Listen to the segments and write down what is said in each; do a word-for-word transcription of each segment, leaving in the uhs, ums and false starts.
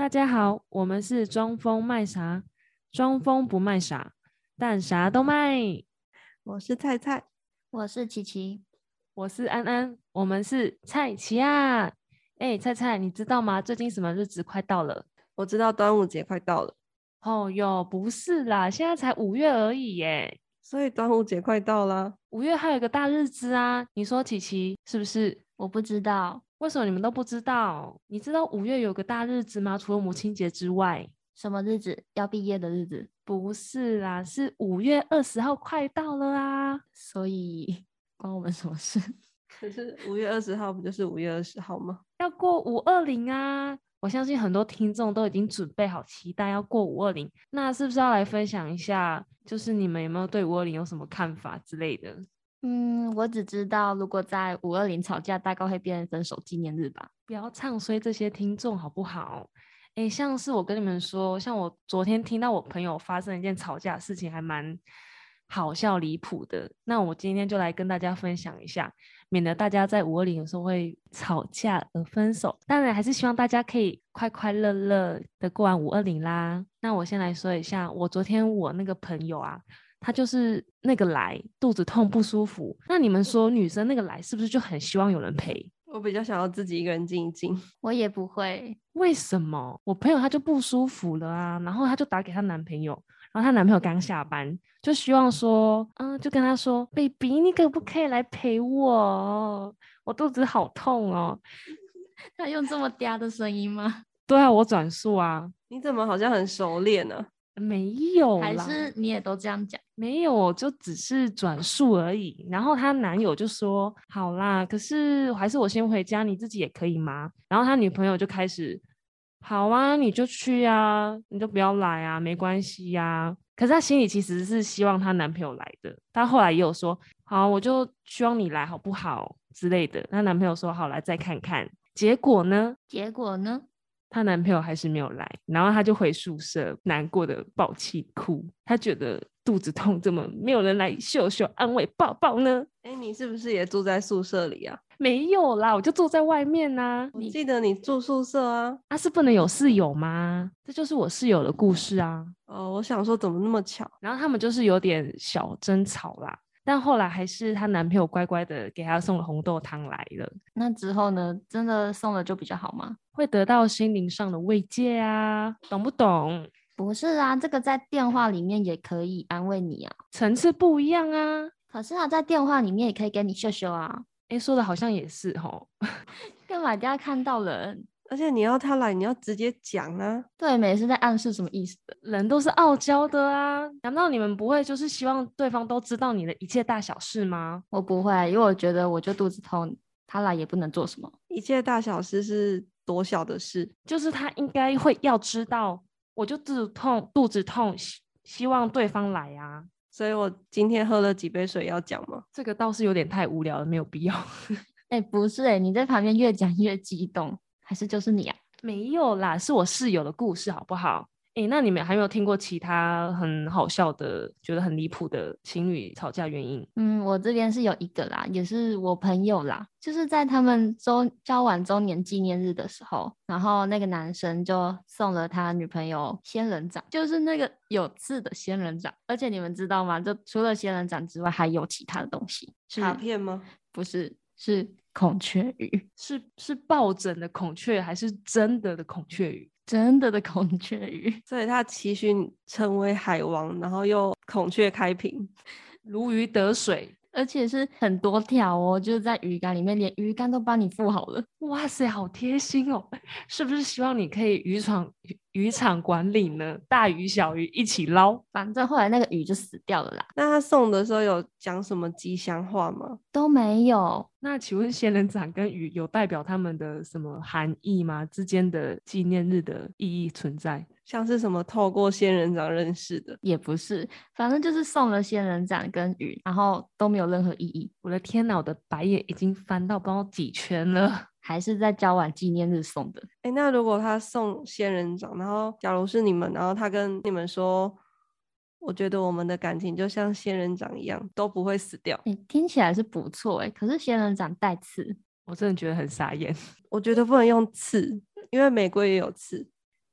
家好，我们是装疯卖傻，装疯不卖傻，但啥都卖。 我是菜菜， 我是琪琪， 我是安安，我们是菜奇啊。哎，菜菜，你知道吗？最近什么日子快到了？ 我知道端午节快到了， 哦哟，不是啦，现在才五月而已耶。 所以端午节快到啦。 五月还有一个大日子啊，你说琪琪是不是？ 我不知道为什么你们都不知道？你知道五月有个大日子吗？除了母亲节之外？ 什么日子，要毕业的日子。 不是啦，是五月二十号快到了啊。 所以关我们什么事？ 可是五月二十号不就是五月二十号吗？ 要过五二零啊！我相信很多听众都已经准备好期待要过五二零，那是不是要来分享一下，就是你们有没有对五二零有什么看法之类的？ 嗯，我只知道如果在五二零吵架，大概会变成分手纪念日吧。 不要唱衰这些听众好不好？诶，像是我跟你们说，像我昨天听到我朋友发生一件吵架的事情，还蛮好笑离谱的。那我今天就来跟大家分享一下，免得大家在五二零有时候会吵架而分手。当然还是希望大家可以快快乐乐的过完五二零啦。那我先来说一下，我昨天我那个朋友啊，他就是那个来肚子痛不舒服。那你们说女生那个来是不是就很希望有人陪？ 我比较想要自己一个人静一静。 我也不会。 为什么？我朋友她就不舒服了啊，然后她就打给她男朋友，然后她男朋友刚下班，就希望说，嗯，就跟她说 ，baby， 你可不可以来陪我？我肚子好痛哦。 他用这么嗲的声音吗？ 对啊，我转述啊。 你怎么好像很熟练呢、啊？ 没有啦， 还是你也都这样讲？ 没有，就只是转述而已。然后她男友就说：“好啦，可是还是我先回家，你自己也可以吗？”然后他女朋友就开始：“好啊，你就去啊，你就不要来啊，没关系呀。”可是她心里其实是希望她男朋友来的。她后来也有说：“好，我就希望你来，好不好？”之类的。她男朋友说：“好，来再看看。”结果呢？ 结果呢？ 她男朋友还是没有来，然后她就回宿舍，难过的爆气哭。她觉得肚子痛，怎么没有人来秀秀、安慰、抱抱呢？ 哎，你是不是也住在宿舍里啊？ 没有啦，我就住在外面啊。 我记得你住宿舍啊。 啊，是不能有室友吗？这就是我室友的故事啊。 哦，我想说怎么那么巧， 然后他们就是有点小争吵啦。但后来还是她男朋友乖乖的给她送了红豆汤来了。 那之后呢？真的送了就比较好吗？ 会得到心灵上的慰藉啊，懂不懂？ 不是啊，这个在电话里面也可以安慰你啊， 层次不一样啊。 可是啊，在电话里面也可以给你秀秀啊。 诶，说的好像也是齁。 干嘛一定要看到人？ 而且你要他来，你要直接讲啊。 对，每次在暗示什么意思的？ 人都是傲娇的啊，难道你们不会就是希望对方都知道你的一切大小事吗？ 我不会，因为我觉得我就肚子痛，他来也不能做什么。 一切大小事是多小的事？ 就是他应该会要知道，我就肚子痛，肚子痛，希希望对方来啊。 所以我今天喝了几杯水要讲吗？ 这个倒是有点太无聊了，没有必要。 哎、欸，不是哎、欸，你在旁边越讲越激动，还是就是你啊？ 没有啦，是我室友的故事，好不好？哎，那你们还没有听过其他很好笑的、觉得很离谱的情侣吵架原因？ 嗯，我这边是有一个啦，也是我朋友啦，就是在他们周交往周年纪念日的时候，然后那个男生就送了他女朋友仙人掌，就是那个有刺的仙人掌，而且你们知道吗？就除了仙人掌之外，还有其他的东西。 卡片吗？ 不是，是孔雀鱼。 是是抱枕的孔雀，还是真的的孔雀鱼？ 真的的孔雀鱼。 所以他期许你成为海王，然后又孔雀开屏， 如鱼得水， 而且是很多条哦，就是在鱼竿里面，连鱼竿都帮你附好了。 哇塞，好贴心哦！是不是希望你可以渔场渔场管理呢？大鱼小鱼一起捞。 反正后来那个鱼就死掉了啦。 那他送的时候有讲什么吉祥话吗？ 都没有。 那请问仙人掌跟鱼有代表他们的什么含义吗？之间的纪念日的意义存在？ 像是什么透过仙人掌认识的？ 也不是，反正就是送了仙人掌跟鱼，然后都没有任何意义。 我的天哪，我的白眼已经翻到不知道几圈了。 还是在交往纪念日送的。 哎，那如果他送仙人掌，然后假如是你们，然后他跟你们说，我觉得我们的感情就像仙人掌一样，都不会死掉。 哎，听起来是不错哎，可是仙人掌带刺， 我真的觉得很傻眼。 我觉得不能用刺，因为玫瑰也有刺。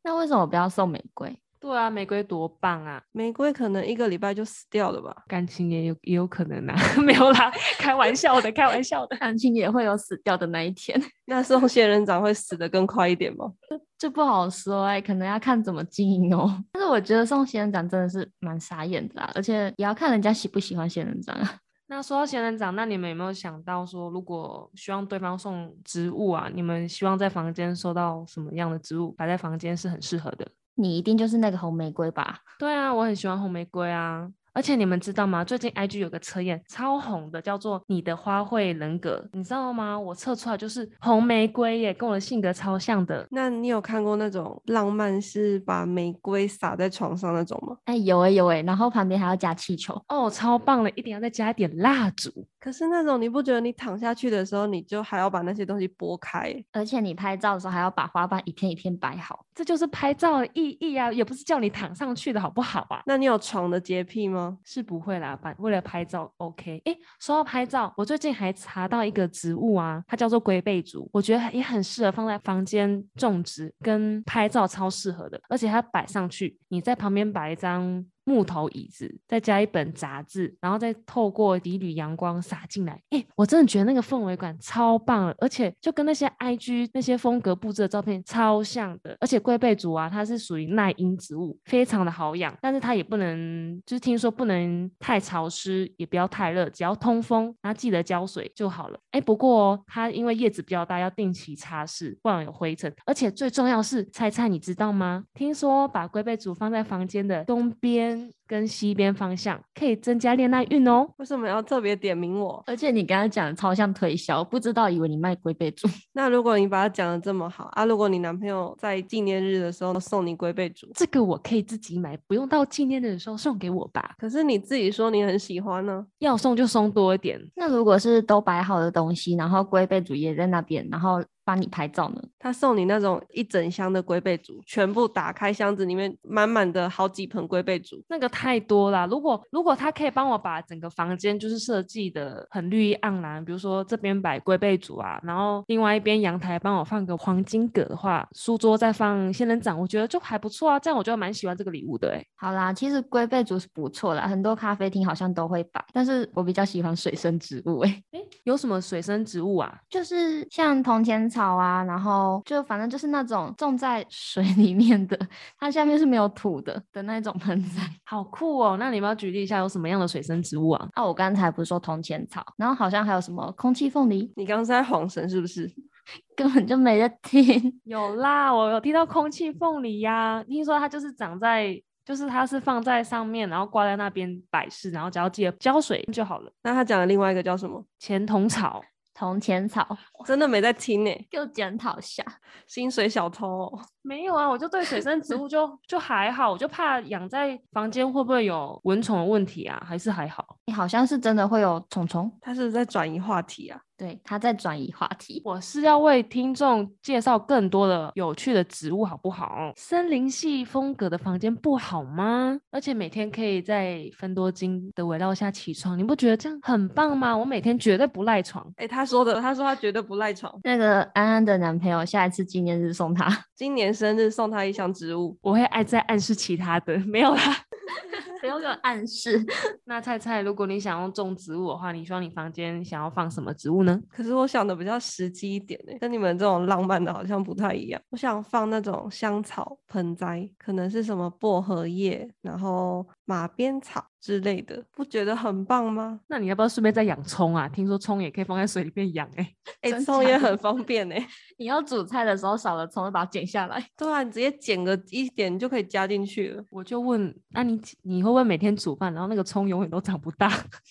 那为什么不要送玫瑰？ 对啊，玫瑰多棒啊！ 玫瑰可能一个礼拜就死掉了吧？ 感情也有也有可能啊，没有啦，开玩笑的，开玩笑的。 感情也会有死掉的那一天。 那送仙人掌会死得更快一点吗？ 这不好说哎、可能要看怎么经营哦。但是我觉得送仙人掌真的是蛮傻眼的啦，而且也要看人家喜不喜欢仙人掌啊。 那说到仙人掌，那你们有没有想到说，如果希望对方送植物啊，你们希望在房间收到什么样的植物，摆在房间是很适合的？ 你一定就是那个红玫瑰吧？ 对啊，我很喜欢红玫瑰啊。而且你们知道吗？最近 I G 有个测验超红的，叫做你的花卉人格，你知道吗？我测出来就是红玫瑰耶，跟我的性格超像的。 那你有看过那种浪漫是把玫瑰撒在床上那种吗？ 哎、有哎、有哎、然后旁边还要加气球。 哦，超棒了，一定要再加一点蜡烛。 可是那种你不觉得你躺下去的时候，你就还要把那些东西拨开？ 而且你拍照的时候还要把花瓣一片一片摆好。 这就是拍照的意义啊，也不是叫你躺上去的好不好啊？ 那你有床的洁癖吗？ 是不会啦，把为了拍照 OK。诶，说到拍照，我最近还查到一个植物啊，它叫做龟背竹，我觉得也很适合放在房间种植，跟拍照超适合的，而且它摆上去，你在旁边摆一张木头椅子，再加一本杂志，然后再透过一缕阳光洒进来，哎，我真的觉得那个氛围感超棒了，而且就跟那些 I G 那些风格布置的照片超像的。而且龟背竹啊，它是属于耐阴植物，非常的好养，但是它也不能，就是听说不能太潮湿，也不要太热，只要通风，然后记得浇水就好了。哎，不过哦，它因为叶子比较大，要定期擦拭，不然有灰尘。而且最重要是，猜猜你知道吗？听说把龟背竹放在房间的东边跟西边方向，可以增加恋爱运哦。 为什么要特别点名我？ 而且你刚才讲的超像推销，不知道以为你卖龟背竹。 那如果你把它讲的这么好啊，如果你男朋友在纪念日的时候送你龟背竹， 这个我可以自己买，不用到纪念日的时候送给我吧。 可是你自己说你很喜欢呢、 要送就送多一点。 那如果是都摆好的东西，然后龟背竹也在那边，然后帮你拍照呢？ 他送你那种一整箱的龟背竹，全部打开箱子里面满满的好几盆龟背竹， 那个太多啦。如果如果他可以帮我把整个房间就是设计的很绿意盎然，比如说这边摆龟背竹啊，然后另外一边阳台帮我放个黄金葛的话，书桌再放仙人掌，我觉得就还不错啊。这样我就蛮喜欢这个礼物的哎、欸。 好啦，其实龟背竹是不错啦，很多咖啡厅好像都会摆，但是我比较喜欢水生植物诶、 哎，有什么水生植物啊？ 就是像铜钱草啊，然后就反正就是那种种在水里面的，它下面是没有土的的那种盆栽。 好酷哦！那你们要举例一下有什么样的水生植物啊？ 啊，我刚才不是说铜钱草，然后好像还有什么空气凤梨， 你刚刚是在晃神是不是？ 根本就没在听。 有啦，我有听到空气凤梨呀、听说它就是长在，就是它是放在上面，然后挂在那边摆饰，然后只要记得浇水就好了。 那他讲的另外一个叫什么？ 前铜草。 铜钱草， 真的没在听呢、 给我检讨一下。 薪水小偷哦。 没有啊，我就对水生植物就就还好，我就怕养在房间会不会有蚊虫的问题啊？还是还好。 你好像是真的会有虫虫， 他是不是在转移话题啊？ 对，他在转移话题。 我是要为听众介绍更多的有趣的植物，好不好？森林系风格的房间不好吗？而且每天可以在芬多精的围绕下起床，你不觉得这样很棒吗？我每天绝对不赖床。 哎、他说的，他说他绝对不赖床。 那个安安的男朋友下一次纪念日送他。 今年生日送他一箱植物， 我会爱再暗示其他的，没有啦。 不用给我暗示。 那菜菜，如果你想要种植物的话，你希望你房间想要放什么植物呢？ 可是我想的比较实际一点呢、跟你们这种浪漫的好像不太一样。我想放那种香草盆栽，可能是什么薄荷叶，然后马鞭草之类的，不觉得很棒吗？ 那你要不要顺便再养葱啊？听说葱也可以放在水里面养哎、 哎、 真假的葱也很方便呢、 你要煮菜的时候少了葱，就把它剪下来。 对啊，你直接剪个一点你就可以加进去了。 我就问，那、你你会不会每天煮饭，然后那个葱永远都长不大？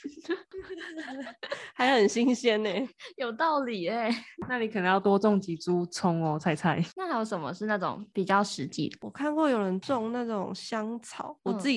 还很新鲜呢、 有道理哎、 那你可能要多种几株葱哦，菜菜。 那还有什么是那种比较实际的？ 我看过有人种那种香草，我嗯自己是比较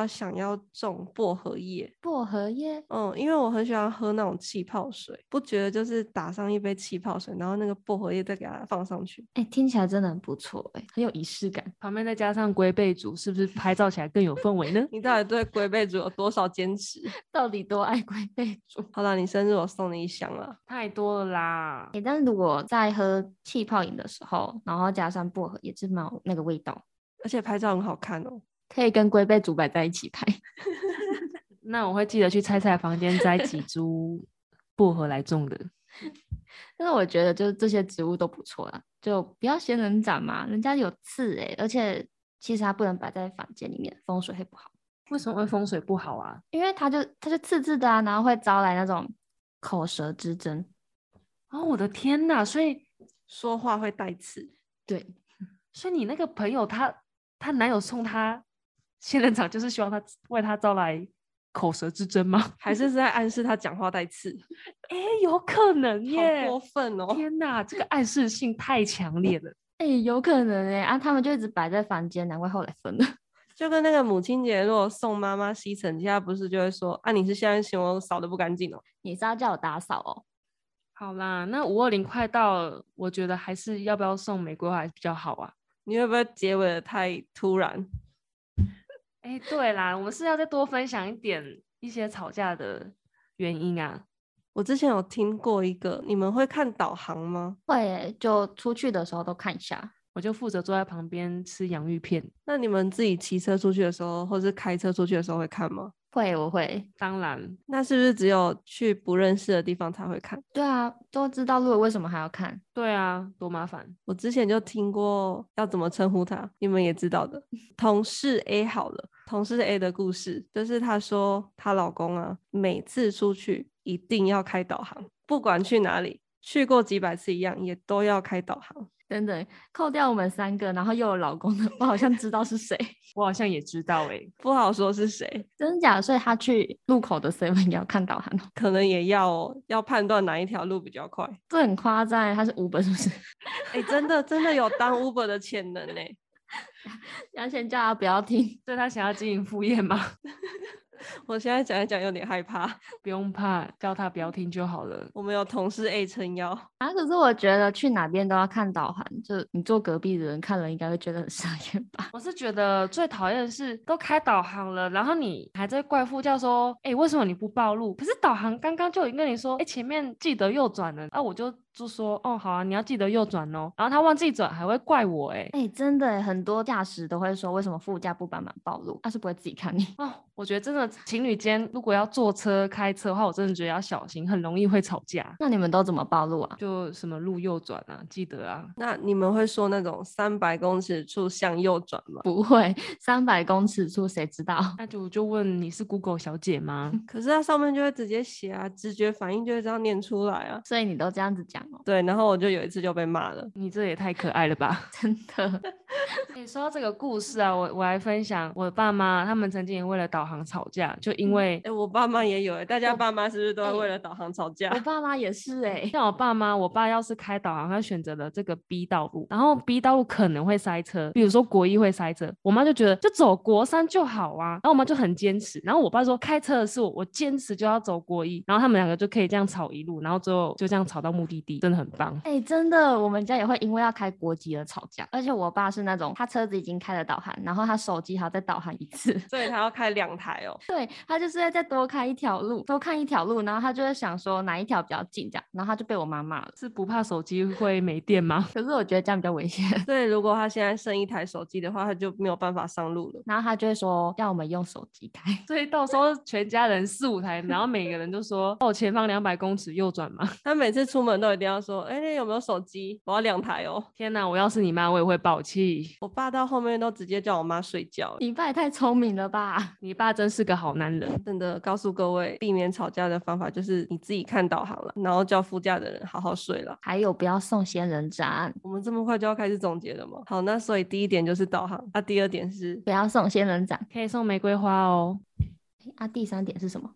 较想要种薄荷叶。 薄荷叶， 嗯，因为我很喜欢喝那种气泡水，不觉得就是打上一杯气泡水，然后那个薄荷叶再给它放上去。 哎、听起来真的很不错，哎，很有仪式感。 旁边再加上龟背竹，是不是拍照起来更有氛围呢？ 你到底对龟背竹有多少坚持？ 到底多爱龟背竹？ 好啦，你生日我送你一箱啦。 太多了啦！ 哎、但是如果在喝气泡饮的时候，然后加上薄荷，也是蛮有那个味道， 而且拍照很好看哦。 可以跟龟背竹摆在一起拍。 那我会记得去菜菜房间摘几株薄荷来种的。 但是我觉得就是这些植物都不错啦，就不要仙人掌嘛，人家有刺哎、而且其实它不能摆在房间里面，风水会不好， 为什么会风水不好啊？ 因为它就它就刺刺的啊，然后会招来那种口舌之争。 哦，我的天哪！所以， 说话会带刺。 对， 所以你那个朋友他他男友送他仙人掌，就是希望他为他招来口舌之争吗？ 还是是在暗示他讲话带刺？ 哎，有可能好耶！ 过分哦！ 天哪，这个暗示性太强烈了。 哎、有可能哎、啊，他们就一直摆在房间，难怪后来分了。 就跟那个母亲节，如果送妈妈吸尘器，她不是就会说啊，你是现在嫌我扫的不干净哦？ 你是要叫我打扫哦？ 好啦，那五二零快到了，我觉得还是要不要送玫瑰花还是比较好啊。 你会不会结尾的太突然？ 哎，对啦，我们是要再多分享一点一些吵架的原因啊。 我之前有听过一个，你们会看导航吗？ 会欸，就出去的时候都看一下。 我就负责坐在旁边吃洋芋片。 那你们自己骑车出去的时候，或是开车出去的时候会看吗？ 会，我会。 当然， 那是不是只有去不认识的地方才会看？ 对啊，都知道路了，为什么还要看？ 对啊，多麻烦。 我之前就听过要怎么称呼他，你们也知道的。同事 A 好了，同事 A 的故事就是她说她老公啊，每次出去一定要开导航，不管去哪里，去过几百次一样，也都要开导航。 等等，扣掉我们三个，然后又有老公的，我好像知道是谁。 我好像也知道哎、 不好说是谁， 真假？所以他去路口的 seven 也要看导航哦， 可能也要哦，要判断哪一条路比较快。 这很夸张欸。他是 Uber 是不是？ 哎、真的真的有当 Uber 的潜能呢。 要先叫他不要听。 对他想要经营副业吗？ 我现在讲一讲有点害怕。 不用怕，叫他不要听就好了。 我们有同事 A 撑腰， 啊，可是我觉得去哪边都要看导航，就你坐隔壁的人看了应该会觉得很傻眼吧？ 我是觉得最讨厌的是都开导航了，然后你还在怪副驾说，哎、为什么你不报路？可是导航刚刚就已经跟你说，哎、前面记得右转了，啊，我就就说，哦，好啊，你要记得右转哦。然后他忘记转，还会怪我、哎， 哎、真的耶，很多驾驶都会说，为什么副驾不帮忙报路？他是不会自己看你。 哦，我觉得真的情侣间如果要坐车开车的话，我真的觉得要小心，很容易会吵架。 那你们都怎么报路啊？ 就什么路右转啊，记得啊。 那你们会说那种三百公尺处向右转吗？ 不会，三百公尺处谁知道？ 那就就问你是 Google 小姐吗？ 可是它上面就会直接写啊，直觉反应就会这样念出来啊。 所以你都这样子讲哦， 对，然后我就有一次就被骂了。 你这也太可爱了吧！ 真的。 你说到这个故事啊，我我来分享，我爸妈他们曾经也为了导航吵架，就因为哎、我爸妈也有哎、大家我爸妈是不是都会哎为了导航吵架？ 我爸妈也是哎、 像我爸妈，我爸要是开导航，他选择了这个 B 道路，然后 B 道路可能会塞车，比如说国一会塞车，我妈就觉得就走国三就好啊，然后我妈就很坚持，然后我爸说开车的是我，我坚持就要走国一，然后他们两个就可以这样吵一路，然后最后就这样吵到目的地，真的很棒。 哎、真的，我们家也会因为要开国籍而吵架，而且我爸是那种他车子已经开了导航，然后他手机还要再导航一次， 所以他要开两台哦。 对，他就是要再多开一条路，多看一条路，然后他就会想说哪一条比较近这样，然后他就被我妈骂了。 是不怕手机会没电吗？ 可是我觉得这样比较危险， 所以如果他现在剩一台手机的话，他就没有办法上路了。 然后他就会说要我们用手机开。 所以到时候全家人四五台，然后每个人就说：“哦，前方两百公尺右转嘛。 他每次出门都一定要说：“哎、那有没有手机？我要两台哦。” 天哪，我要是你妈，我也会爆气。 我爸到后面都直接叫我妈睡觉。 你爸也太聪明了吧？ 你爸真是个好男人。 真的告诉各位，避免吵架的方法就是你自己看导航了，然后叫副驾的人好好睡了。 还有不要送仙人掌， 我们这么快就要开始总结了吗？好，那所以第一点就是导航，啊，第二点是不要送仙人掌。 可以送玫瑰花哦。 诶啊，第三点是什么？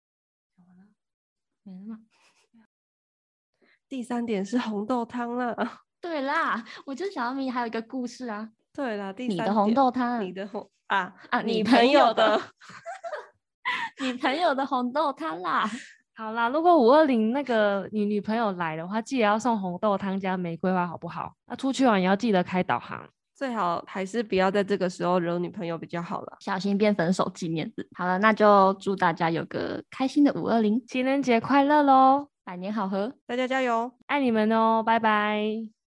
没了吗？ 第三点是红豆汤啦。 对啦，我就想要明还有一个故事啊。 对啦，第你的红三点豆汤你的红啊啊， 你朋朋友的的你朋友的红豆汤啦。 好啦，如果五二零那个你女朋友来的话，记得要送红豆汤加玫瑰花，好不好？那出去玩也要记得开导航。 最好还是不要在这个时候惹女朋友比较好啦。 小心变分手纪念日。好了，那就祝大家有个开心的五二零， 情人节快乐喽！ 百年好合。 大家加油！ 爱你们哦，拜拜。